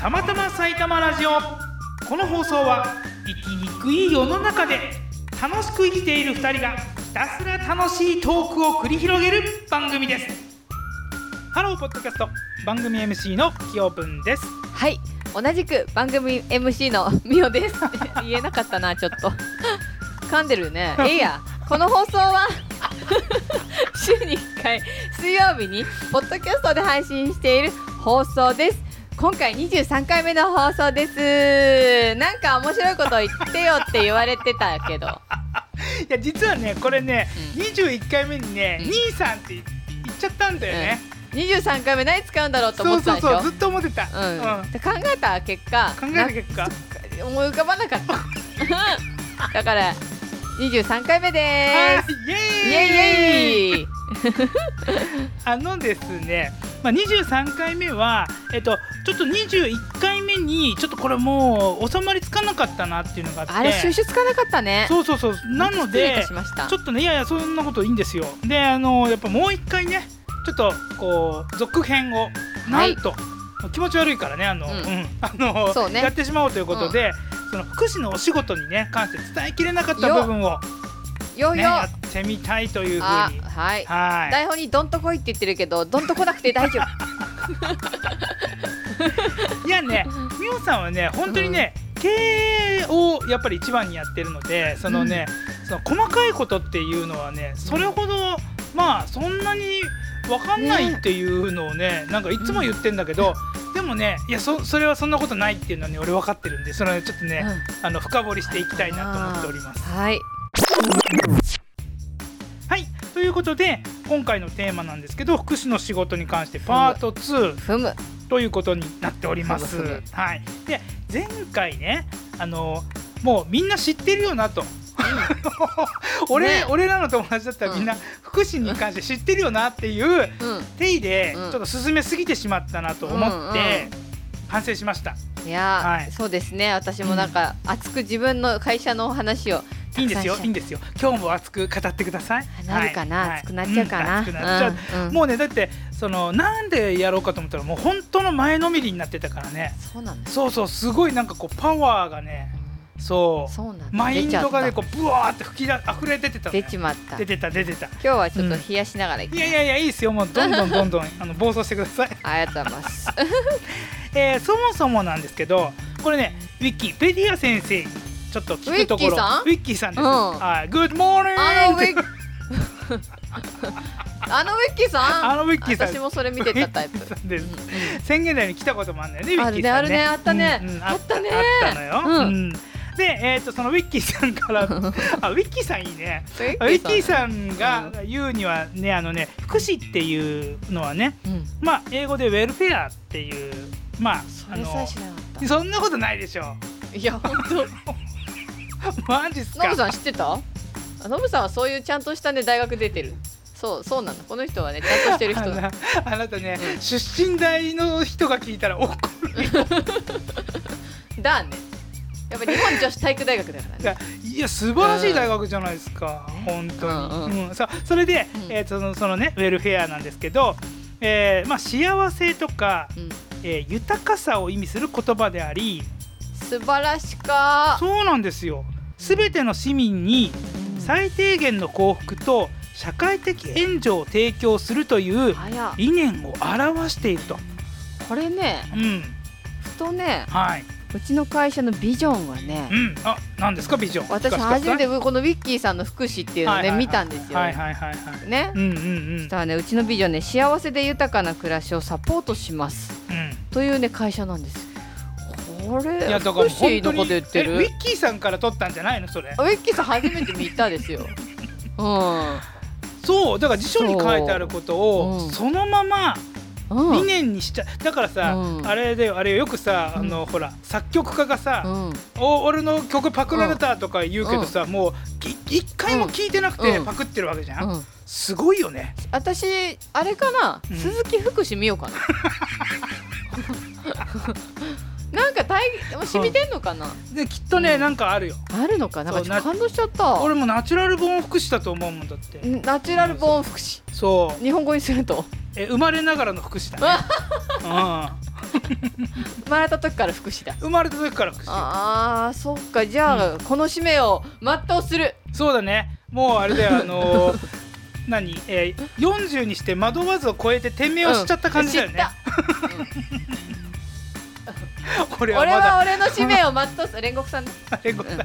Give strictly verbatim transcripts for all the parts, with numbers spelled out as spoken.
たまたま埼玉ラジオ。この放送は生きにくい世の中で楽しく生きているふたりがひたすら楽しいトークを繰り広げる番組です。ハローポッドキャスト番組 エムシー のきよぶんです。 はい、同じく番組 エムシー のみおです言えなかったな、ちょっと噛んでるね。いいや、この放送は週にいっかい水曜日にポッドキャストで配信している放送です。今回にじゅうさんかいめの放送です。なんか面白いこと言ってよって言われてたけどいや実はねこれね、うん、にじゅういっかいめにね、うん、兄さんって言っちゃったんだよね、うん、にじゅうさんかいめ何使うんだろうと思ってたでしょ。そうそうそう、ずっと思ってた、うんうん、で考えた結果考えた結果思い浮かばなかっただからにじゅうさんかいめでーす。 イエーイイエイイエイあのですね、まあ、にじゅうさんかいめは、えっと、ちょっとにじゅういっかいめにちょっとこれもう収まりつかなかったなっていうのがあって、 あれ収集つかなかったね。 そうそうそう、なのでちょっとね、いやいやそんなこといいんですよ。で、あのやっぱもう一回ねちょっとこう続編をなんと、はい、気持ち悪いからね、あの、うんうん、あのそう、ね、やってしまおうということで、うん、その福祉のお仕事にね関して伝えきれなかった部分をよよ、 ね、やってみたいというふうに、 はい、はい、台本にどんと来いって言ってるけどどんと来なくて大丈夫いやね、みおさんはね本当にね、うん、経営をやっぱり一番にやってるので、そのね、うん、その細かいことっていうのはねそれほど、まあそんなに分かんないっていうのを ね, ねなんかいつも言ってんだけど、うん、でもねいや そ, それはそんなことないっていうのはね俺分かってるんで、それはちょっとね、うん、あの深掘りしていきたいなと思っております。 はいはい、ということで今回のテーマなんですけど、福祉の仕事に関してパートツーふむということになっております。はい、で前回ね、あのもうみんな知ってるよなと、うん、俺, ね、俺らの友達だったらみんな福祉に関して知ってるよなっていう手でちょっと進めすぎてしまったなと思って反省しました。 いや、はい、そうですね、私もなんか熱く自分の会社の話をいいんですよ、いいんですよ。今日も熱く語ってください。 なるかな、はい、熱くなっちゃうかな、うん、熱くなっちゃう、 うん、もうねだってそのなんでやろうかと思ったらもう本当の前のめりになってたからね。 そうなんです。 そうそう、すごいなんかこうパワーがね、そう、そうなんマインドがねこうブワーって吹きだ溢れ出てた、ね、 出ちまった。 出てた出てた。 今日はちょっと冷やしながらいきます、 うん、いやいやいやいいですよ、もうどんどんどんどんあの暴走してください。 ありがとうございます、 えー、そもそもなんですけど、これねウィキペディア先生ちょっと聞くところ、ウィッキーさんです、うん、はい、Good morning。 あのウィッあのウィッキーさん、 あのウィッキーさん、 私もそれ見てたタイプです、うんうん、宣言台に来たこともあるんだよね、ウィッキーさんね。 あるね、あったね、 うんうん、 あったね、 あったのよ、うんうん、で、えー、とそのウィッキーさんからあウィッキーさんいいねウィッキーさんが言うにはね、あのね福祉っていうのはね、うん、まあ英語でウェルフェアっていう、まあそれさえ知らなかった。 そんなことないでしょ。 いや本当マジっすか。 ノブさん知ってた？ノブさんはそういうちゃんとしたね大学出てる。そうそうなんだ。この人はねちゃんとしてる人だ。 あ, あなたね、うん、出身大の人が聞いたら怒るよだね。やっぱ日本女子体育大学だからね。 いや素晴らしい大学じゃないですか、うん、本当に、うんうんうん、さそれで、うん、えー、そのそのねウェルフェアなんですけど、えーまあ、幸せとか、うん、えー、豊かさを意味する言葉であり、 素晴らしか。 そうなんですよ。すべての市民に最低限の幸福と社会的援助を提供するという理念を表していると。 これね、うん、ふとね、はい、うちの会社のビジョンはね、 うん、あ、何ですかビジョン。 私初めてこのウィッキーさんの福祉っていうのをね、はいはいはい、見たんですよ。 はいはいはいはい、 ね、うんうんうん、そしたらね、うちのビジョンね、幸せで豊かな暮らしをサポートします、うん、というね会社なんです。これいやだから福祉のこと言ってる。 ウィッキーさんから取ったんじゃないのそれ。 ウィッキーさん初めて見たですよ、うん、 そうだから辞書に書いてあることをそのまま理念にしちゃ、だからさ、うん、あれであれよくさ、あの、うん、ほら作曲家がさ、うん、お俺の曲パクられたとか言うけどさ、うん、もう一回も聞いてなくてパクってるわけじゃん、うん、すごいよね。 私あれかな、うん、鈴木福祉見ようかななんか体染みてんのかな、 できっとね、うん、なんかあるよ。 あるのかな。なんかちょっと感動しちゃった。 俺もナチュラルボーン福祉だと思うもんだって。 ナチュラルボーン福祉、 そう日本語にするとえ生まれながらの福祉だね、うん、 生まれた時から福祉だ。 生まれた時から福祉。 あーそっか、じゃあ、うん、この使命を全うする。 そうだね、もうあれだよ、あのー、何、えー、よんじゅうにして惑わずを超えて天命をしちゃった感じだよね、うん、俺はまだ俺は俺の使命を全うする。煉獄さんね煉獄さん、うん、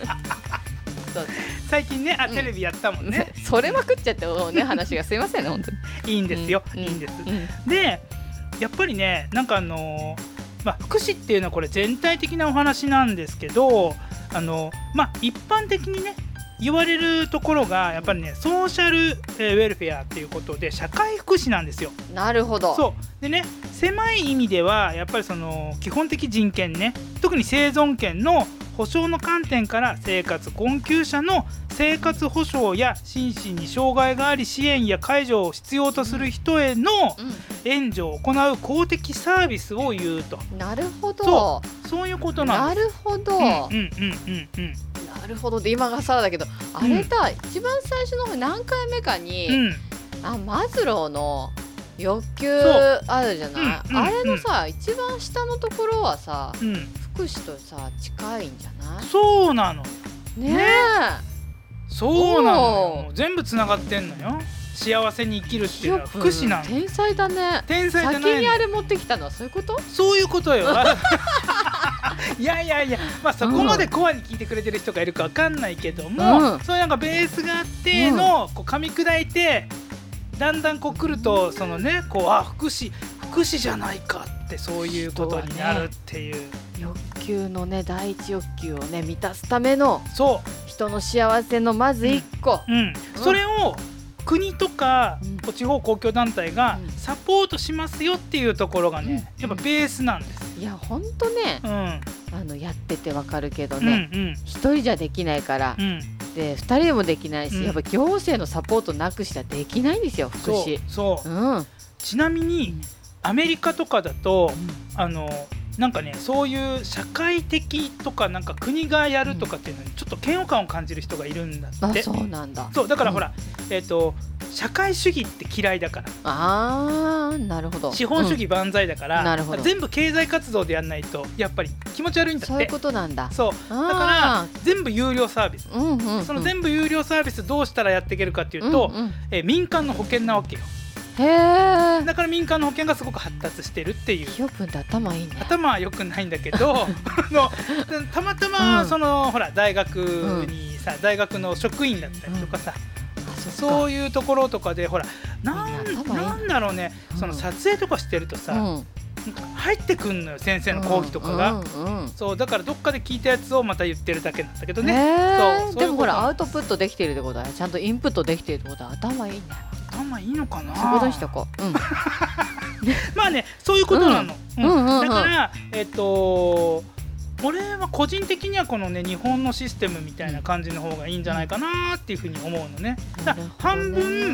最近ね、あ、テレビやったもんね、 うん、それまくっちゃってね、話がすいませんね本当に。 いいんですよ、うん、いいんです、うん、でやっぱりね、なんかあのーまあ、福祉っていうのはこれ全体的なお話なんですけど、あのまあ、一般的にね言われるところがやっぱりね、ソーシャル、えー、ウェルフェアっていうことで社会福祉なんですよ。 なるほど。 そうでね、狭い意味ではやっぱりその基本的人権ね、特に生存権の保障の観点から生活困窮者の生活保障や心身に障害があり支援や介助を必要とする人への援助を行う公的サービスを言うと。 なるほど。 そう、そういうことなんです。 なるほど。 うんうんうんうん。 なるほど。で今がさらだけど、あれだ、うん、一番最初の何回目かに、うん、あマズローの欲求あるじゃない、うんうん、あれのさ、うん、一番下のところはさ、うん、福祉とさ近いんじゃない？ そうなのねえ、ね、 そうなのよ。全部つながってんのよ。幸せに生きるっていうのは福祉なの。 天才だね。 天才じゃないの。 先にあれ持ってきたのはそういうこと？ そういうことよ。いやいやいや、まあ、そこまでコアに聞いてくれてる人がいるか分かんないけども、うん、そういうなんかベースがあっての、うん、こう噛み砕いてだんだんこう来ると、そのね、こうあ福祉福祉じゃないかって、そういうことになるっていう、ね、 欲求のね、第一欲求をね満たすための、 そう人の幸せのまず一個、 うんうん、それを国とか、うん、地方公共団体がサポートしますよっていうところがね、うん、やっぱベースなんです。 いやほんとね、うん、あのやっててわかるけどね、うんうん、一人じゃできないから、うん、で二人でもできないし、うん、やっぱ行政のサポートなくしたらできないんですよ、福祉。 そうそう、うん、ちなみに、うん、アメリカとかだと、うん、あのなんかね、そういう社会的とかなんか国がやるとかっていうのにちょっと嫌悪感を感じる人がいるんだって。 あ、そうなんだ。 そうだからほら、うん、えっと社会主義って嫌いだから。 あー、なるほど。 資本主義万歳だから、うん、なるほど。全部経済活動でやんないとやっぱり気持ち悪いんだって。 そういうことなんだ。 そうだから全部有料サービス、うんうんうん、その全部有料サービスどうしたらやっていけるかっていうと、うんうん、え民間の保険なわけよ。 へー、 だから民間の保険がすごく発達してるっていう。 ひよくんって頭いいね。 頭は良くないんだけどあのたまたまその、うん、ほら大学にさ、うん、大学の職員だったりとかさ、うん、そういうところとかでほら な, んなんだろうね、うん、その撮影とかしてるとさ、うん、入ってくんのよ、先生の講義とかが、うんうんうん、そうだからどっかで聞いたやつをまた言ってるだけなんだけどね。 そうそう、でもほらアウトプットできてるってことはちゃんとインプットできてるってことは頭いいね。 頭いいのかな。 そういうことにしとこう、うん、 まあね、そういうことなの、うんうんうんうん、だからえっと俺は個人的にはこのね日本のシステムみたいな感じの方がいいんじゃないかなっていうふうに思うのね。だから半分、うん、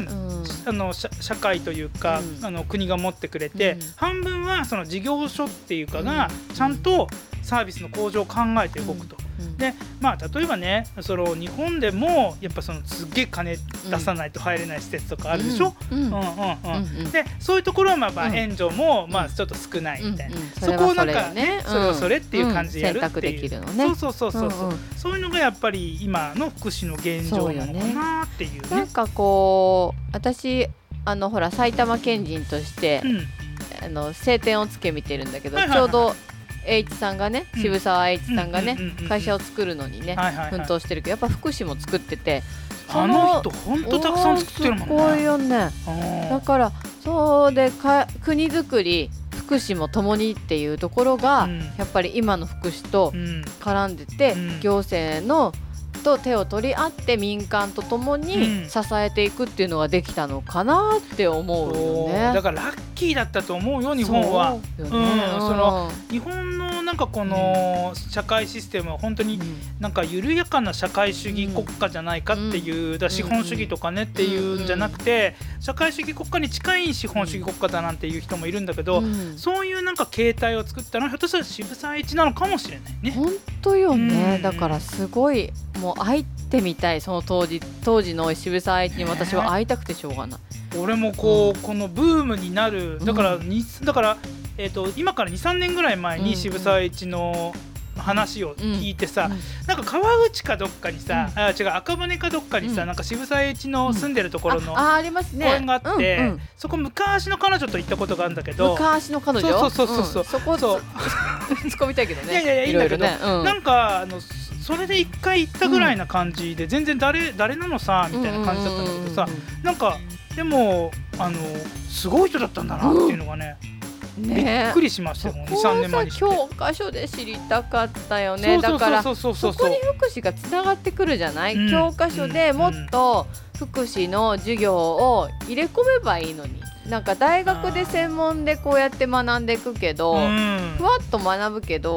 あの 社, 社会というか、うん、あの国が持ってくれて、うん、半分はその事業所っていうかがちゃんとサービスの向上を考えて動くと、うん、でまあ例えばね、その日本でもやっぱそのすっげえ金出さないと入れない施設とかあるでしょ。でそういうところはまあまあ援助もまあちょっと少ないみたいな、うんうん、そこをなんかね、それはそれっていう感じでやるっていう、 選択できるのね。 そうそうそうそう、うんうん、そういうのがやっぱり今の福祉の現状なのかなっていうね。 なんかこう私あのほら埼玉県人として、うん、あの晴天をつけ見てるんだけど、はいはいはいはい、ちょうどH さんがね、渋沢栄一さんがね、会社を作るのにね、はいはいはい、奮闘してるけど、やっぱ福祉も作ってて、 あの人ほんとたくさん作ってるもんね。 すごいよね。だからそうでか国づくり福祉も共にっていうところが、うん、やっぱり今の福祉と絡んでて、うん、行政のと手を取り合って民間とともに支えていくっていうのができたのかなって思うよね。 だからラッキーだったと思うよ日本は。そうよね、うん、その日本のなんかこの社会システムは本当になんか緩やかな社会主義国家じゃないかっていう、だ資本主義とかねっていうんじゃなくて、社会主義国家に近い資本主義国家だなんていう人もいるんだけど、そういうなんか形態を作ったのはひょっとしたら渋沢栄一なのかもしれないね。 本当よね。だからすごいもう会ってみたい、その当時当時の渋沢栄一に私は会いたくてしょうがない。 俺もこう、うん、このブームになるだから、うん、だからえー、と今から にさんねんぐらい前に渋沢栄一の話を聞いてさ、うんうん、なんか川口かどっかにさ、うん、あ違う赤羽かどっかにさ、うん、なんか渋沢栄一の住んでるところの公園があって、うんうん、そこ昔の彼女と行ったことがあるんだけど、 昔の彼女そうそうそうそう、うん、 そこそう突っ込みたいけどね、 いやいやいやいいんだけど、ねうん、なんかあのそれで一回行ったぐらいな感じで、うん、全然 誰, 誰なのさみたいな感じだったんだけどさ、なんかでもあのすごい人だったんだなっていうのがね、うんね、びっくりしましたよ。にさんねんまえにして教科書で知りたかったよね。だからそこに福祉がつながってくるじゃない、うん、教科書でもっと福祉の授業を入れ込めばいいのに、なんか大学で専門でこうやって学んでいくけど、うん、ふわっと学ぶけど、うん、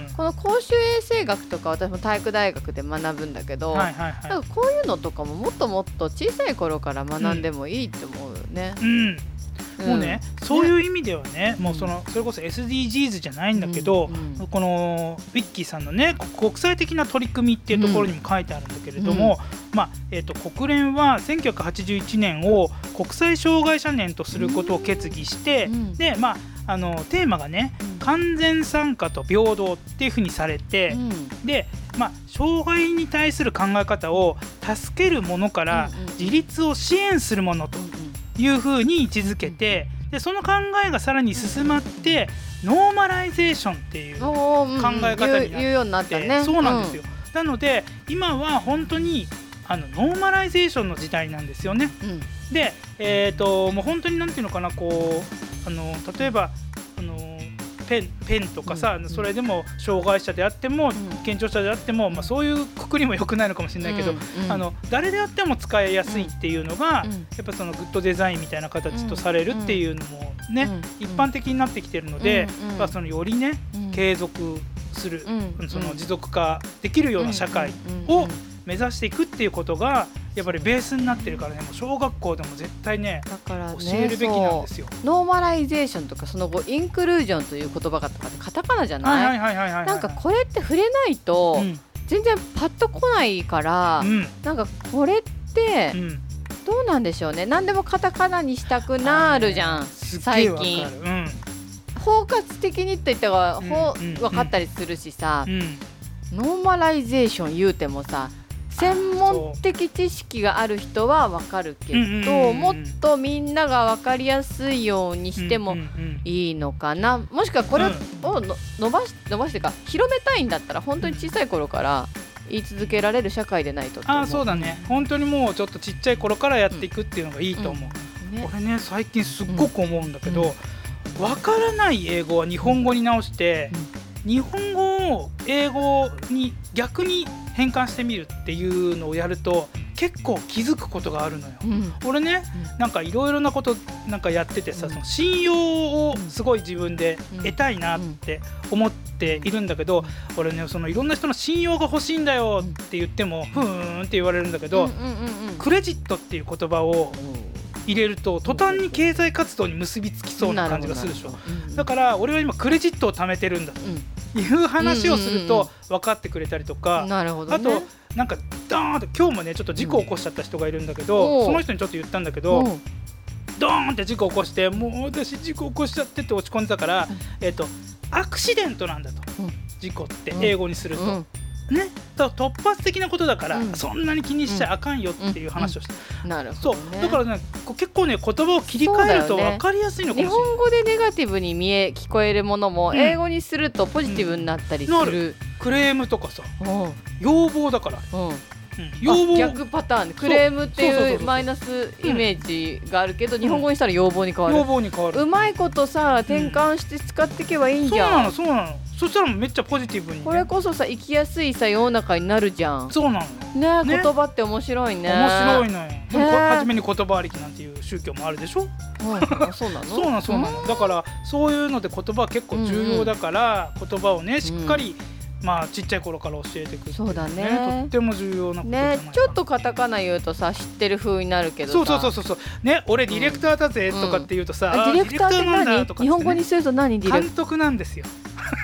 この公衆衛生学とか私も体育大学で学ぶんだけど、はいはいはい、なんかこういうのとかももっともっと小さい頃から学んでもいいと思うよね、 うんうんもうね、うん、そういう意味ではね、もうそのそれこそ エスディージーズ じゃないんだけど、うんうん、このウィッキーさんのね国際的な取り組みっていうところにも書いてあるんだけれども、うんまあえー、と国連はせんきゅうひゃくはちじゅういちねんを国際障害者年とすることを決議して、うん、でまああのテーマがね、うん、完全参加と平等っていうふうにされて、うん、で、まあ、障害に対する考え方を助けるものから自立を支援するものというふうに位置づけて、でその考えがさらに進まってノーマライゼーションっていう考え方になって、 言うようになったね。 そうなんですよ、うん、なので今は本当にあのノーマライゼーションの時代なんですよね、うん、で、えーと、もう本当になんていうのかな、こうあの例えばあのペン、ペンとかさ、うん、それでも障害者であっても、うん、健常者であっても、まあ、そういうくくりも良くないのかもしれないけど、うんうん、あの誰であっても使いやすいっていうのが、うん、やっぱそのグッドデザインみたいな形とされるっていうのもね、うん、一般的になってきてるので、うん、まあ、そのよりね、うん、継続する、うん、その持続化できるような社会を目指していくっていうことがやっぱりベースになってるからね、もう小学校でも絶対ね、だからね、教えるべきなんですよ。 ノーマライゼーションとかその後インクルージョンという言葉がとかってカタカナじゃない？なんかこれって触れないと全然パッと来ないから、うん、なんかこれってどうなんでしょうね。何でもカタカナにしたくなるじゃん最近、うん、包括的にって言ったら、うんうん、分かったりするしさ、うん、ノーマライゼーション言うてもさ、専門的知識がある人は分かるけど、うんうんうん、もっとみんなが分かりやすいようにしてもいいのかな、うんうんうん、もしくはこれをの伸ばし伸ばしてか広めたいんだったら本当に小さい頃から言い続けられる社会でないとって思う。 あ、そうだね、本当にもうちょっとちっちゃい頃からやっていくっていうのがいいと思う、うんうんね、俺ね最近すっごく思うんだけど、うんうん、分からない英語は日本語に直して、うん、日本語を英語に逆に変換してみるっていうのをやると結構気づくことがあるのよ、うん、俺ね、うん、なんかいろいろなことなんかやっててさ、うん、その信用をすごい自分で得たいなって思っているんだけど、うん、俺ねそのいろんな人の信用が欲しいんだよって言っても、うん、ふーんって言われるんだけど、うんうんうんうん、クレジットっていう言葉を入れると途端に経済活動に結びつきそうな感じがするでしょ、うん、だから俺は今クレジットを貯めてるんだと、うんいう話をすると分かってくれたりとか、うんうんうん、なるほどね、あとなんかドーンって今日もねちょっと事故を起こしちゃった人がいるんだけど、うん、その人にちょっと言ったんだけど、ドーンって事故を起こしてもう私事故を起こしちゃってって落ち込んでたから、うん、えーと、アクシデントなんだと、うん、事故って英語にすると、うんうんね、突発的なことだから、うん、そんなに気にしちゃあかんよっていう話をして、 うんうん、なるほどね、 そうだからね結構ね言葉を切り替えると分かりやすいのかもしれない、ね、 日本語でネガティブに見え聞こえるものも、うん、英語にするとポジティブになったりする、うん、 クレームとかさ、うん、要望だから、うんうん、 要望逆パターンでクレームっていうマイナスイメージがあるけど、うん、日本語にしたら要望に変わる、 要望に変わる、 うまいことさ転換して使っていけばいいんじゃん、 うん、そうなのそうなの、そしたらめっちゃポジティブに、ね、 これこそさ生きやすいさ世の中になるじゃん。 そうなの ね, ね言葉って面白いね。 面白いのよ。でも初めに言葉ありきなんていう宗教もあるでしょ、 うん、そうなのそうなのそうなの、だからそういうので言葉は結構重要だから、うんうん、言葉をねしっかり、うん、まあちっちゃい頃から教えていくっていう、ね、 そうだね、 とっても重要なことじゃないかな、 ね、ちょっとカタカナ言うとさ知ってる風になるけどさ、 そうそうそうそうね、俺ディレクターだぜとかって言うとさ、 うんうん、ディレクターって何？なんだとかって、ね、日本語にすると何？ディレク監督なんですよ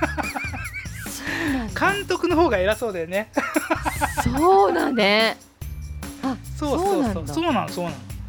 監督の方が偉そうだよねそうだね、あ、 そうそうそうそうなのそうなの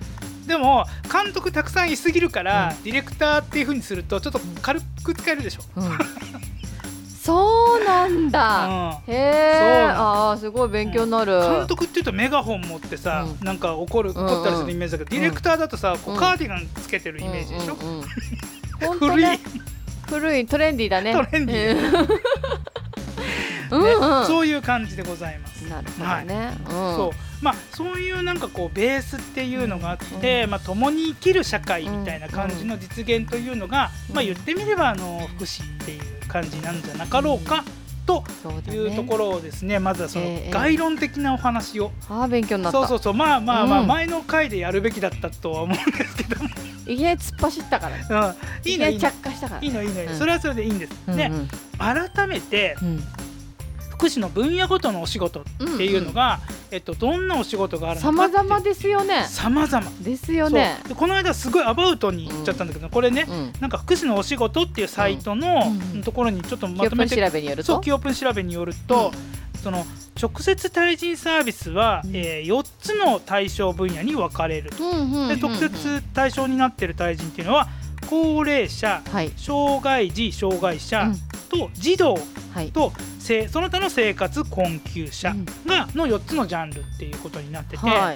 でも監督たくさんいすぎるから、 うん、 ディレクターっていう風にするとちょっと軽く使えるでしょ、うん、 そうなんだ、うん、へえ、あーすごい勉強になる、 うん、監督っていうとメガホン持ってさ、うん、なんか怒る怒ったりするイメージだけど、うんうん、ディレクターだとさこうカーディガンつけてるイメージでしょ、うんうんうん、 本当ね、古いトレンディーだね、 トレンディーうんうんね、そういう感じでございます。 なるほどね、はい、うん、 そうまあ、そういうなんかこうベースっていうのがあって、うんまあ、共に生きる社会みたいな感じの実現というのが、うんまあ、言ってみればあの福祉っていう感じなんじゃなかろうかというところをですね、まずはその概論的なお話を、 えー、あ勉強になった。 そうそうそう、まあまあまあ前の回でやるべきだったとは思うんですけどもいきなり突っ走ったから、うん、いいのいいの着火したから、 いいのいいの、うん、それはそれでいいんです、うんうん、で改めて、うん福祉の分野ごとのお仕事っていうのが、うんうんえっと、どんなお仕事があるのか様々ですよね。 様々 ですよね。 でこの間すごいアバウトに言っちゃったんだけど、うん、これね、うん、なんか福祉のお仕事っていうサイトのところにちょっとまとめて、 キヨプン調べによるとそうキヨプン調べによると、うん、その直接対人サービスは、うんえー、よっつの対象分野に分かれると、うんうんうんうん、で特設対象になっている対人っていうのは高齢者、はい、障害児障害者、うんと児童と、はい、その他の生活困窮者がのよっつのジャンルっていうことになってて、はい、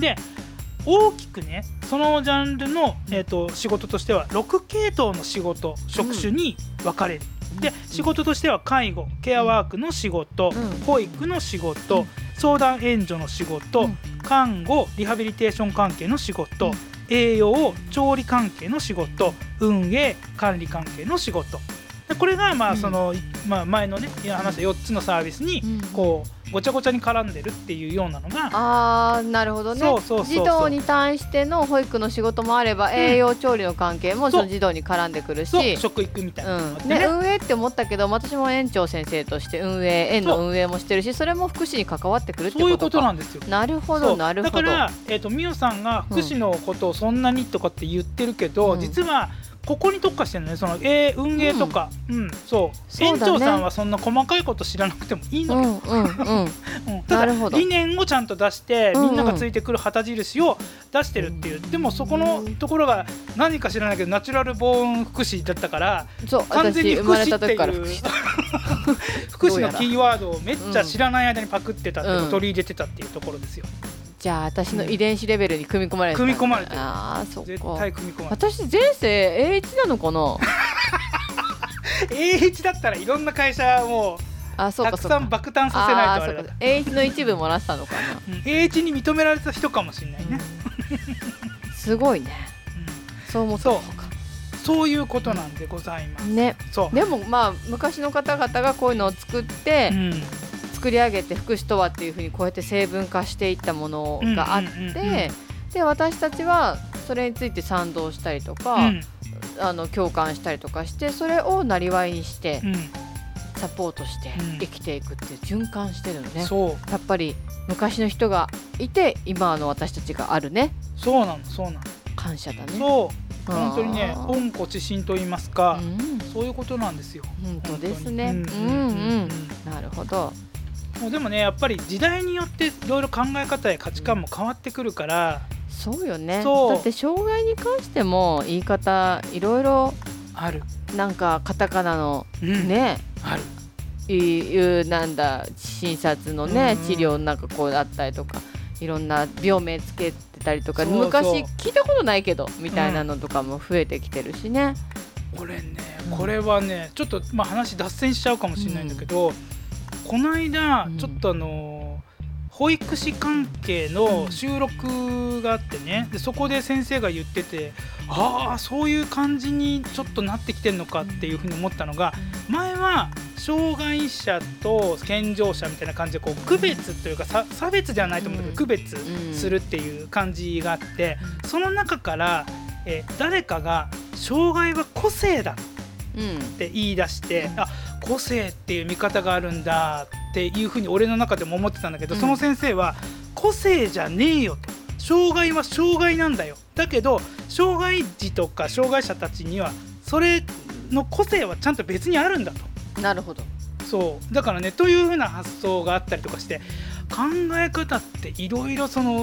で大きくねそのジャンルの、えーと、仕事としてはろく系統の仕事職種に分かれる、うん、で仕事としては介護ケアワークの仕事、うん、保育の仕事、うん、相談援助の仕事、うん、看護リハビリテーション関係の仕事、うん、栄養調理関係の仕事運営管理関係の仕事これがまあその、うんまあ、前のね話したよっつのサービスにこうごちゃごちゃに絡んでるっていうようなのが、 あーなるほどね。そうそうそうそう児童に対しての保育の仕事もあれば、うん、栄養調理の関係もその児童に絡んでくるし、 そう食育みたいなのがあってね、 うん、で運営って思ったけど私も園長先生として運営園の運営もしてるしそれも福祉に関わってくるってことか。 そういうことなんですよ。 なるほどなるほど。 だから、えーと、みおさんが福祉のことをそんなにとかって言ってるけど、うん、実はここに特化してるのね、その、えー、運営とか、うんうん、そうそう、園長さんはそんな細かいこと知らなくてもいいのよ、うんうんうんうん、ただ理念をちゃんと出して、うんうん、みんながついてくる旗印を出してるっていう、でもそこのところが何か知らないけどナチュラルボーン福祉だったから、 そう完全に福祉っていう福祉福祉のキーワードをめっちゃ知らない間にパクってたっていう、うん、取り入れてたっていうところですよ。 じゃあ私の遺伝子レベルに組み込まれてる、組み込まれてる。 あそっか、 絶対組み込まれてる。 私前世 エーイチ なのかなエーイチ だったらいろんな会社もあそうかたくさん爆誕させないとあれだ。 エーイチ の一部もらってたのかな、 うん、エーイチ に認められた人かもしれないね、 うん、すごいね、うん、そう思ったのか。 そういうことなんでございます、 ね、そうでもまあ昔の方々がこういうのを作って、うん作り上げて福祉とはっていうふうにこうやって成分化していったものがあって、うんうんうんうん、で私たちはそれについて賛同したりとか、うん、あの共感したりとかしてそれをなりわいにして、うん、サポートして生きていくっていう循環してるのね、うん、やっぱり昔の人がいて今の私たちがあるね。 そうなのそうなの感謝だね。 そう本当にね温故知新と言いますか、うん、そういうことなんですよ。 本当ですね。うんうんうんうん、なるほど。 もうでもねやっぱり時代によっていろいろ考え方や価値観も変わってくるから、 うん、そうよね。だって障害に関しても言い方いろいろある。 なんかカタカナの、うん、ねあるいうなんだ診察のね、うんうん、治療なんかこうあったりとかいろんな病名つけてたりとかそうそう昔聞いたことないけどみたいなのとかも増えてきてるしね、 うん、これねこれはねちょっとまあ話脱線しちゃうかもしれないんだけど、うんこの間ちょっとあの保育士関係の収録があってねでそこで先生が言っててああそういう感じにちょっとなってきてるのかっていうふうに思ったのが前は障害者と健常者みたいな感じでこう区別というかさ差別ではないと思うんだけど区別するっていう感じがあってその中からえ誰かが障害は個性だって言い出してあ個性っていう見方があるんだっていうふうに俺の中でも思ってたんだけど、うん、その先生は個性じゃねえよと障害は障害なんだよだけど障害児とか障害者たちにはそれの個性はちゃんと別にあるんだと。 なるほど。 そうだからねというふうな発想があったりとかして考え方っていろいろその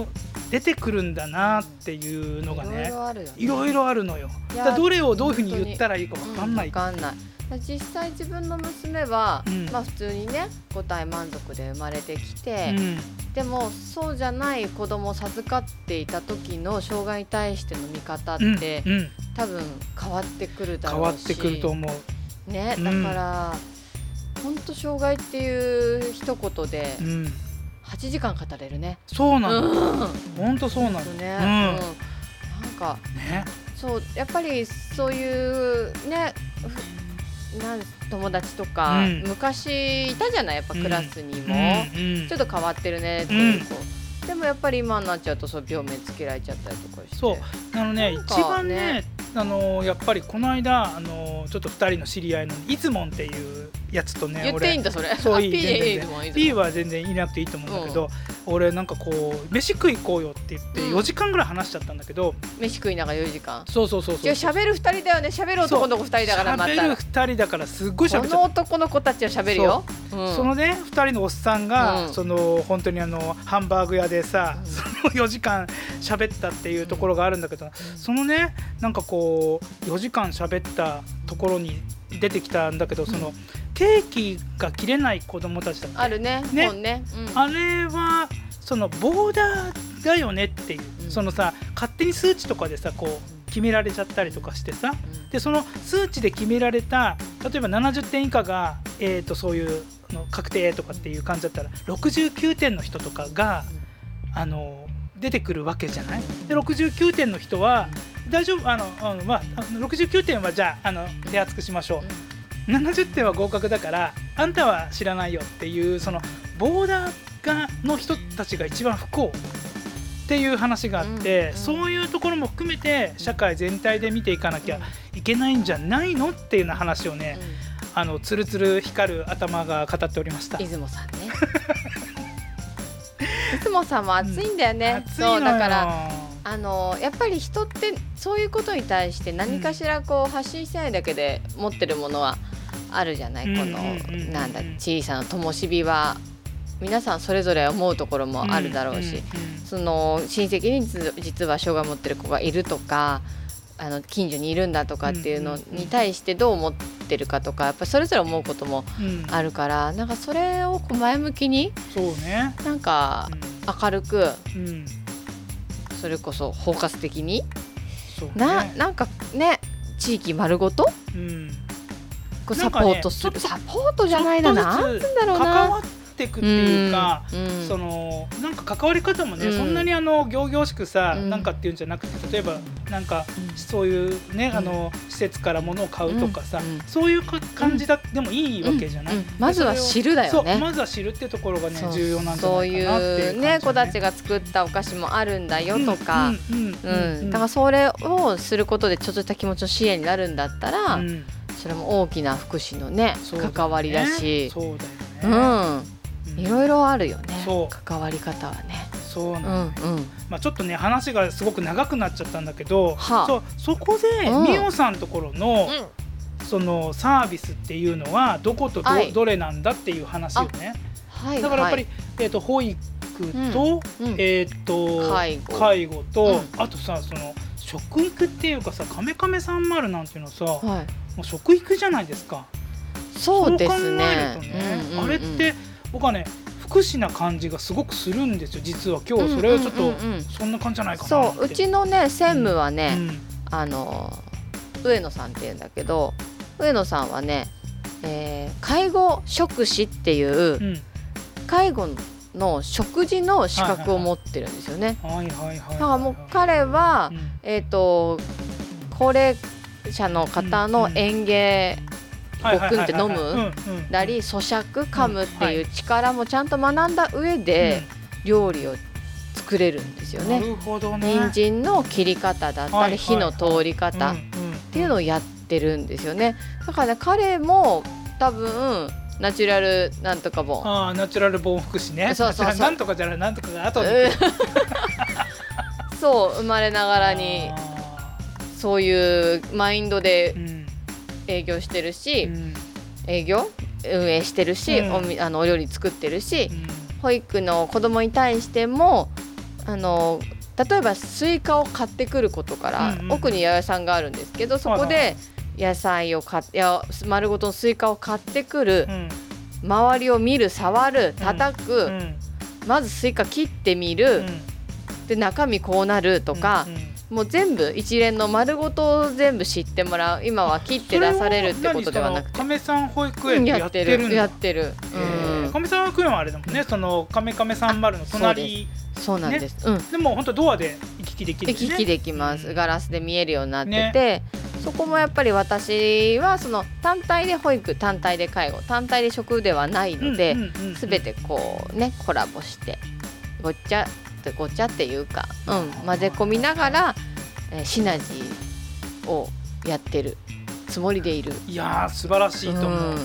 出てくるんだなっていうのがね、 いろいろあるよね。 いろいろあるのよ。 いやだどれをどういうふうに言ったらいいか分かんない、 うん、分かんない。実際自分の娘は、 うん、 まあ普通にね五体満足で生まれてきて、 うん、 でもそうじゃない子供を授かっていた時の障害に対しての見方って、 うんうん、 多分変わってくるだろうし、 変わってくると思うね。だから、うん、本当障害っていう一言ではちじかん語れるね。 そうなの、 うん、 本当そうなのね、うん、なんか、ね、そうやっぱりそういうねなん友達とか、うん、昔いたじゃない、やっぱクラスにも、うんうん、ちょっと変わってるねっていう子、うん、でもやっぱり今になっちゃうとそう病名つけられちゃったりとかして、 そうあのね、一番ね、あのやっぱりこの間あのちょっとふたりの知り合いのイズモンっていうやつとね、 言っていいんだそれ。 そういい、 全然 P は全然いなくていいと思うんだけど、うん、俺なんかこう飯食い行こうよって言ってよじかんぐらい話しちゃったんだけど、 うん、飯食いながらよじかん、 そうそうそうそう、 じゃあ喋るふたりだよね。喋る男の子ふたりだから、また喋るふたりだからすっごい喋っちゃった。 この男の子たちは喋るよ。 そ,、うん、そのねふたりのおっさんが、うん、その本当にあのハンバーグ屋でさ、うん、そのよじかん喋ったっていうところがあるんだけど、うん、そのねなんかこうよじかん喋ったところに出てきたんだけど、その、うん、ケーキが切れない子供たちだったあるね、ね、ね、うん、 あれはそのボーダーだよねっていう、うん、そのさ勝手に数値とかでさこう決められちゃったりとかしてさ、うん、でその数値で決められた例えばななじゅってん以下が、えー、とそういうの確定とかっていう感じだったらろくじゅうきゅうてんの人とかが、うん、あの出てくるわけじゃない。でろくじゅうきゅうてんの人は大丈夫、あの、あの、まあ、ろくじゅうきゅうてんはじゃあ、あの手厚くしましょう、ななじゅってんは合格だからあんたは知らないよっていうそのボーダーがの人たちが一番不幸っていう話があって、うんうん、そういうところも含めて社会全体で見ていかなきゃいけないんじゃないのっていうような話をね、うん、あのつるつる光る頭が語っておりました。 出雲さんね出雲さんも熱いんだよね、 うん、 そうだからあのやっぱり人ってそういうことに対して何かしらこう発信してないだけで持ってるものはあるじゃない、このなんだ小さな灯火は皆さんそれぞれ思うところもあるだろうし、その親戚に実は障害を持ってる子がいるとかあの近所にいるんだとかっていうのに対してどう思ってるかとかやっぱそれぞれ思うこともあるから、なんかそれをこう前向きにそうね、 なんか明るく、 うん、 それこそ包括的に、 そうね、 な, なんかね地域丸ごと、 うん、 こうサポートする、ね、サポートじゃないな、なんつうんだろうな、 関わっていくっていうか、うんうん、そのなんか関わり方もね、うん、そんなにあの仰々しくさ、うん、なんかっていうんじゃなくて、例えばなんかそういうね、うん、あの施設から物を買うとかさ、うん、そういう感じだ、うん、でもいいわけじゃない、うんうん、 まずは知るだよね。 そうまずは知るっていうところがね重要なんじゃないかなっていう感じ、ね、そういうね子たちが作ったお菓子もあるんだよとか、だからそれをすることでちょっとした気持ちの支援になるんだったら、うん、それも大きな福祉のね関わりだし、 そうだよね、 うんいろいろあるよね、関わり方はね。 そうなんだよ、うんうん、まあ、ちょっとね話がすごく長くなっちゃったんだけど、はあ、そ, そこでみおさんのところの、うん、そのサービスっていうのはどこと ど,、はい、どれなんだっていう話よね、はい、だからやっぱり、はいえー、と保育と,、うんえー、と介護、介護と、うん、あとさその食育っていうかさカメカメさんまるなんていうのさ、はい、もう食育じゃないですか。 そうですね、 そう考えるとね、うんうんうん、あれって僕はね福祉な感じがすごくするんですよ実は。今日それをちょっとそんな感じじゃないかなって、 そううちのね専務はね、うん、あの上野さんっていうんだけど、上野さんはね、えー、介護食士っていう、うん、介護の食事の資格を持ってるんですよね。だからもう彼は、うん、えーと高齢者の方の園芸ごくんって飲むだり咀嚼噛むっていう力もちゃんと学んだ上で料理を作れるんですよね。 なるほどね。 人参の切り方だったり火の通り方っていうのをやってるんですよね。だから、ね、彼も多分ナチュラルなんとかボン、 あナチュラルボン福祉ね。 そうそうそうなんとかじゃないなんとかが後でそう生まれながらにそういうマインドで、うん営業してるし、うん、営業運営してるし、うん、お, あのお料理作ってるし、うん、保育の子供に対してもあの例えばスイカを買ってくることから、 うんうん、 奥に八百屋さんがあるんですけど、そこで野菜を買って、や丸ごとのスイカを買ってくる、うん、周りを見る、触る、叩く、うんうん、まずスイカ切ってみる、うん、で中身こうなるとか、うんうん、もう全部一連の丸ごとを全部知ってもらう。今は切って出されるってことではなくて、 亀さん保育園でやってるんだ。 やってる、 うん、亀さん保育園はあれだもんね、その亀亀さん丸の隣。 そうなんです、 ね、うん、でも本当ドアで行き来できる、ね、 行き来できます。ガラスで見えるようになってて、ね、そこもやっぱり私はその単体で保育、単体で介護、単体で食ではないので、すべてこうねコラボしてごっちゃごっちゃっていうか、うん、混ぜ込みながら、えー、シナジーをやってるつもりでいる。 いやー素晴らしいと思う。うんうんうん、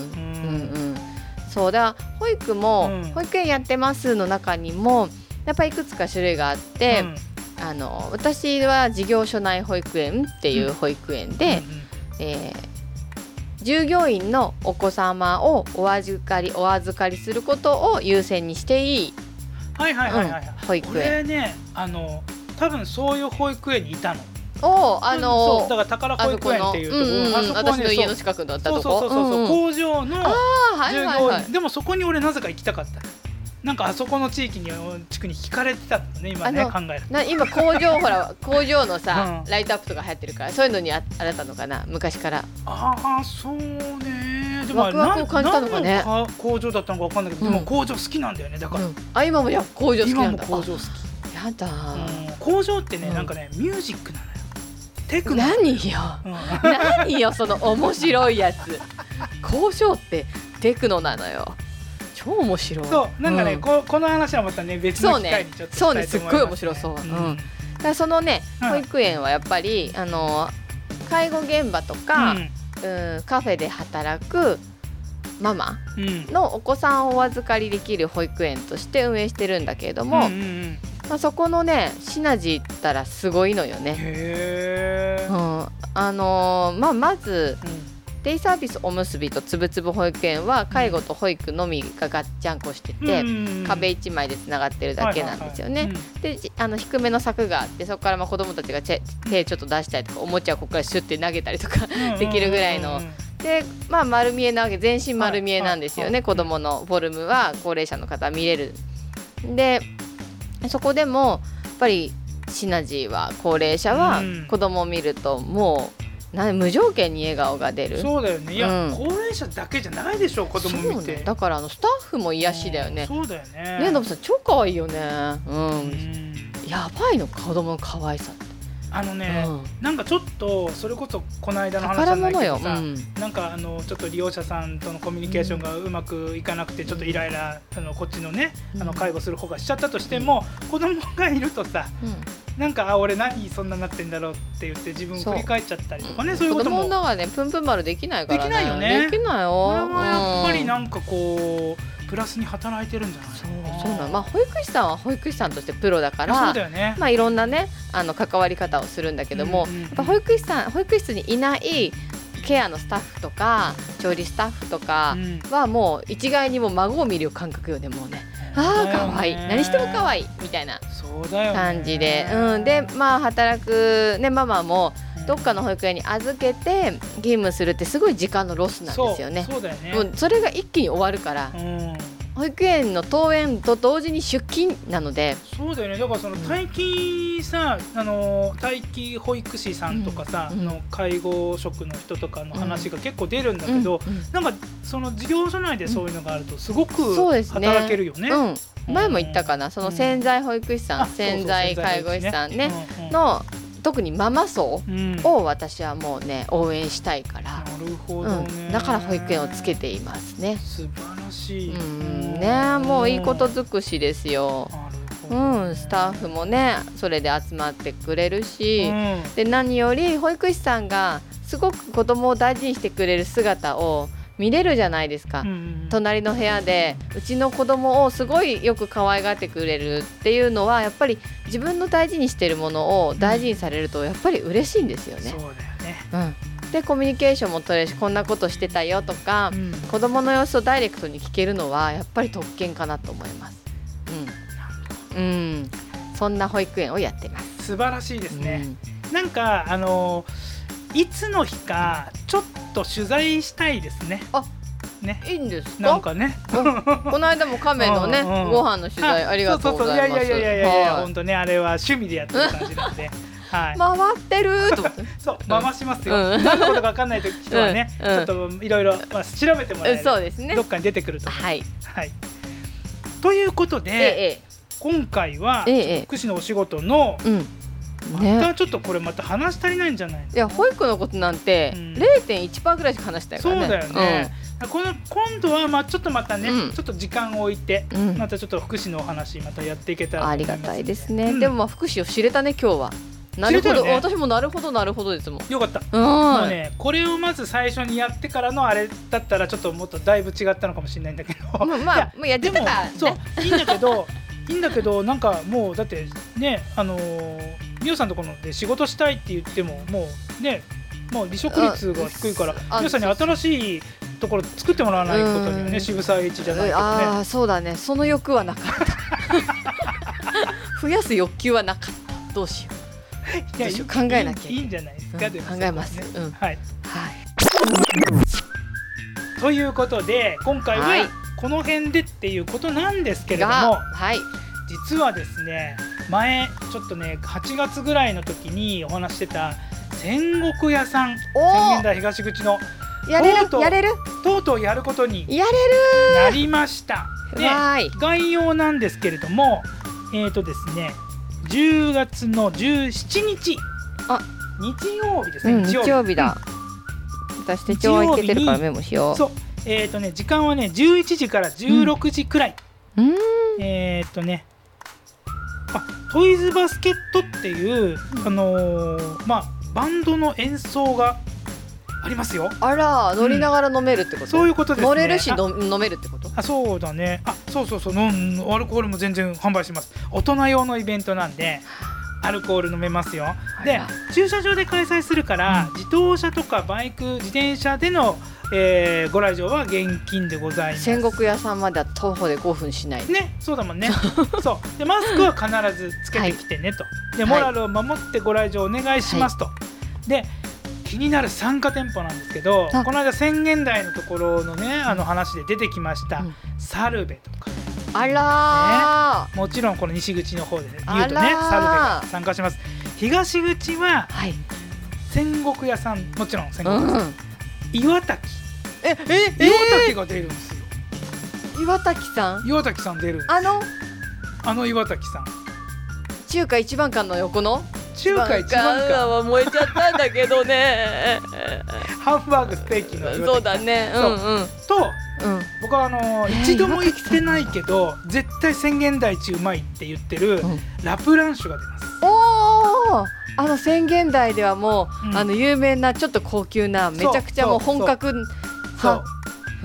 そうだ、保育も、うん、保育園やってますの中にもやっぱりいくつか種類があって、うん、あの私は事業所内保育園っていう保育園で、うんうんうん、えー、従業員のお子様をお預かりお預かりすることを優先にしていい、 はいはいはいはい、 うん、保育園。これね、あの多分そういう保育園にいたの。 おあのー、 そうだから宝保育園っていうところ、うんうん、 あそこはね、私の家の近くだったとこ、 そうそうそうそう、うんうん、工場の従業員、はいはいはい、でもそこに俺なぜか行きたかった。なんかあそこの地域に地区に引かれてたのね、今ね考えると。 今工場ほら工場のさ、うん、ライトアップとか流行ってるから、そういうのにああれだったのかな、昔から。 ああそうね。でもワクワクを感じたのかね。 何の工場だったのか分かんないけど、うん、でも工場好きなんだよね、だから、うん、 あ今もや工場好きなんだ。 今も工場好き。 やだ、 うん、工場ってね、うん、なんかねミュージックなのよ。テクノ。 何よ、うん、何よその面白いやつ。工場ってテクノなのよ。超面白い。 そうなんかね、うん、こ, この話はまたね別の機会にちょっとそうね、そうね、すっごい面白そう、うんうん、だからそのね、うん、保育園はやっぱりあの介護現場とか、うんうん、カフェで働くママのお子さんをお預かりできる保育園として運営してるんだけれども、うんうんうん、まあ、そこのねシナジーったらすごいのよね。 へー、 うん、あのー、まあまず、うん、デイサービスおむすびとつぶつぶ保育園は介護と保育のみがガッチャンコしてて、うん、壁いちまいでつながってるだけなんですよね、はいはいはい、であの低めの柵があって、そこからまあ子どもたちが手ちょっと出したりとか、おもちゃをここからシュッて投げたりとかできるぐらいので、まあ、丸見えなわけ、全身丸見えなんですよね、はいはいはい、子どものフォルムは高齢者の方は見れる。でそこでもやっぱりシナジーは高齢者は子どもを見るともうな無条件に笑顔が出る。 そうだよね。いや、うん、高齢者だけじゃないでしょ、子供見て。 そうね、だからあのスタッフも癒しだよね。 そうだよね。 ね、ノブさん超可愛いよね。うん。うん、やばいの、子供の可愛さって。 あのね、うん、なんかちょっとそれこそこの間の話じゃないけどさ、うん、なんかあのちょっと利用者さんとのコミュニケーションがうまくいかなくて、ちょっとイライラあのこっちのね、あの介護する方がしちゃったとしても、うん、子供がいるとさ、うん、なんかあ俺何そんなになってんだろうって言って自分振り返っちゃったりとかね、そういうことも子供の中でね、プンプン丸できないからね。 できないよね。 できないよ。 これはやっぱりなんかこうプラスに働いてるんじゃないの。 そうそうなの。まあ保育士さんは保育士さんとしてプロだから、 そうだよね。 まあいろんなねあの関わり方をするんだけども、うんうんうん、やっぱ保育士さん保育室にいないケアのスタッフとか調理スタッフとかはもう一概にも孫を見る感覚よね、もうね。ああ可愛い、何しても可愛いみたいな感じで、うん、でまあ働くねママもどっかの保育園に預けて義務するってすごい時間のロスなんですよね。 そう、そうだよね。 もうそれが一気に終わるから、うん、保育園の登園と同時に出勤なので。 そうだよね。だからその待機さ、あの待機保育士さんとかさ、うん、の介護職の人とかの話が結構出るんだけど、うんうん、なんかその事業所内でそういうのがあるとすごく働けるよね。 うんうん、前も言ったかな、その潜在保育士さん、うん、潜在介護士さんね、うんうん、の特にママ層を私はもうね応援したいから、 なるほどね、 うん、だから保育園をつけていますね。 素晴らしい、 うんね、もういいこと尽くしですよ。うん、スタッフもねそれで集まってくれるし、うん、で何より保育士さんがすごく子供を大事にしてくれる姿を見れるじゃないですか、うん、隣の部屋でうちの子供をすごいよく可愛がってくれるっていうのはやっぱり自分の大事にしてるものを大事にされるとやっぱり嬉しいんですよね。 そうだよね、うん、でコミュニケーションも取れるし、こんなことしてたよとか、うん、子供の様子をダイレクトに聞けるのはやっぱり特権かなと思います。うん、うん、 そんな保育園をやってます。 素晴らしいですね、うん、なんかあのいつの日かちょっと取材したいですね。 あね、 いいんですか。 なんかねこの間も亀のねうん、うん、ご飯の取材ありがとうございます。 そうそうそういやいやいやいやいや、はい、本当ねあれは趣味でやってる感じなんではい、 回ってるとそう回しますよ、うん、何のことか分かんない人はね、うん、ちょっといろいろ調べてもらえる、 そうですね、 どっかに出てくると思います、 はいはい、ということで、ええ、今回は、ええ、福祉のお仕事の、うんね、またちょっとこれまた話足りないんじゃないの。 いや保育のことなんて れいてんいちパーセント ぐらいしか話したいからね。 そうだよね、うん、この今度はまあちょっとまたね、うん、ちょっと時間を置いて、うん、またちょっと福祉のお話またやっていけたらと思います。 ありがたいですね、うん、でもまあ福祉を知れたね今日は。なるほど、ね、私もなるほどなるほどですもん。 よかった、うん、もうねこれをまず最初にやってからのあれだったらちょっともっとだいぶ違ったのかもしれないんだけど、 まあ、まあ、もうやってたから、ね、 そういいんだけどいいんだけどなんかもうだってねあのー、みおさんのところで仕事したいって言ってももうねもう離職率が低いからみおさんに新しいところ作ってもらわないことにはね渋沢栄一じゃないけどね。 ああそうだね、その欲はなかった増やす欲求はなかった。どうしよう、いや考えなきゃいいんじゃないですか、うん、でも考えます、うん、 はい、はい、ということで今回はこの辺でっていうことなんですけれども、 はい、 実はですね前ちょっとねはちがつぐらいの時にお話してた戦国屋さん千現台東口のやれるとうとうやれるとうとうやることにやれるなりました。で概要なんですけれどもえーとですねじゅうがつのじゅうしちにちあ日曜日ですね、 うん、日曜日だ、うん、私手帳はいけてるからメモしよう。 そうえーとね時間はねじゅういちじからじゅうろくじくらい、 うん、 えーとねあトイズバスケットっていう、うん、あのー、まあバンドの演奏がありますよ。 あら乗りながら飲めるってこと、うん、 そういうことですね。 乗れるし飲めるってこと。 あそうだね。あそうそうそうのアルコールも全然販売します。大人用のイベントなんでアルコール飲めますよ。で駐車場で開催するから、うん、自動車とかバイク自転車での、えー、ご来場は現金でございます。 戦国屋さんまでは徒歩でごふんしないね。そうだもんねそうでマスクは必ずつけてきてねと、はい、でモラルを守ってご来場お願いしますと、はい、で気になる参加店舗なんですけどこの間千現台のところのねあの話で出てきました、うん、サルベとかあら、 ね、もちろんこの西口の方で、ね、言うとねサルベが参加します。東口は、はい、戦国屋さんもちろん戦国屋さん、うん、岩滝ええ岩滝が出るんですよ。 岩滝さん岩滝さん出るんです。 あのあの岩滝さん中華一番館の横の中華一番館は燃えちゃったんだけどねハンバーグステーキの岩滝そうだね、うんうん、 と、 うん、 僕はあのー、一度も行ってないけど絶対千現台一うまいって言ってる、うん、ラプランシュが出ます。 おーあの千現台ではもう、うん、あの有名なちょっと高級なめちゃくちゃもう本格そう、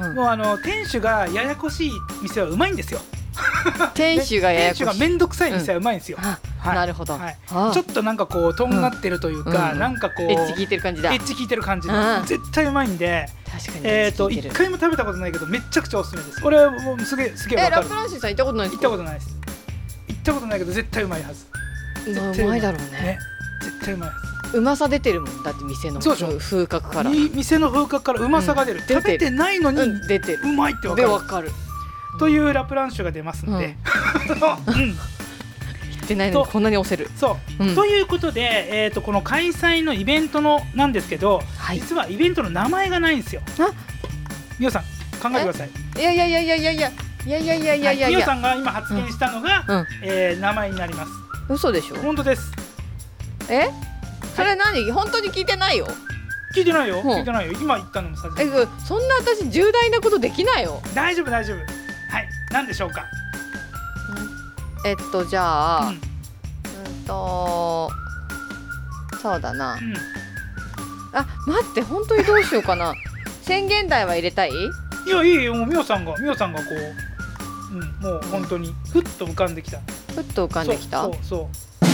うん、もうあの店主がややこしい店はうまいんですよ店主がややこしい店主がめんどくさい店はうまいんですよ、うんはい、なるほど、 はい、ちょっとなんかこうとんがってるというか、うん、なんかこうエッジ効いてる感じだ。 エッジ効いてる感じで絶対うまいんで確かにえーと一回も食べたことないけどめちゃくちゃおすすめです。これもうすげえすげえわかる。 えラプランシーさん行ったことないですか。行ったことないです。行ったことないけど絶対うまいはず。 うまいだろう ね, ね絶対うまいはず。うまさ出てるもんだって店の風格から店の風格からうまさが出る、うん、食べてないのに、うん、 出てるうまいってわかるでわかる、 うん、というラプランシュが出ますので、うんうんてないのにこんなに押せるそう、うん、ということで、えー、とこの開催のイベントのなんですけど、はい、実はイベントの名前がないんですよ。みおさん考えてください。 いやいやいやいやいやいやいやいやいやいやいやみおさんが今発言したのが、うんえー、名前になります。 嘘でしょ。 本当です。 えそれ何、はい、本当に聞いてないよ。 聞いてないよ、うん、聞いてないよ。今言ったのもさえそんな私重大なことできないよ。 大丈夫大丈夫。はい何でしょうか。 えっとじゃあ、うん、うんとそうだな、うん、あ待って本当にどうしようかな宣言台は入れたい？ いやいいよもうみおさんがみおさんがこう、うん、もう本当にふっと浮かんできた。 ふっと浮かんできた。 そうそうそう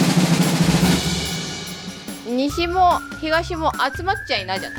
西も東も集まっちゃいなじゃない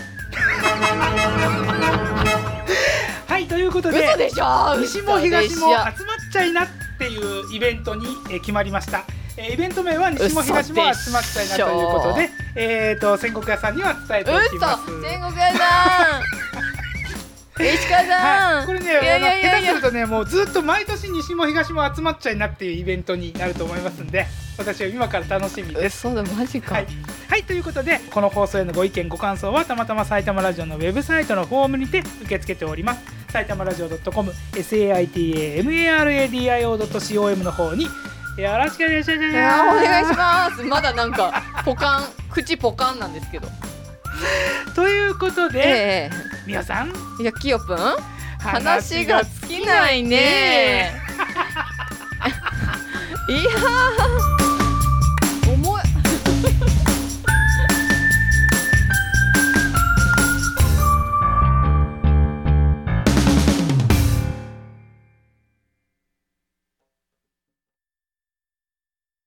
はいということで嘘でしょ。 西も東も集まっちゃいなっていうイベントに決まりました。 えー、イベント名は西も東も集まっちゃいなということで、えーと戦国屋さんには伝えておきます。 嘘戦国屋さん石川さん、 はい、これね、 いやいやいやいや下手するとねもうずっと毎年西も東も集まっちゃいなっていうイベントになると思いますんで、私は今から楽しみです。 そうだマジか。 はい、はい、ということでこの放送へのご意見ご感想はたまたま埼玉ラジオのウェブサイトのフォームにて受け付けております。埼玉ラジオ .com サイタマラディオ ドットコム の方によろしくお願いします。 いやお願いします。まだなんかポカン口ポカンなんですけどということで、 ええ、 みよさん、 いやきよぷん話が尽きないねいやー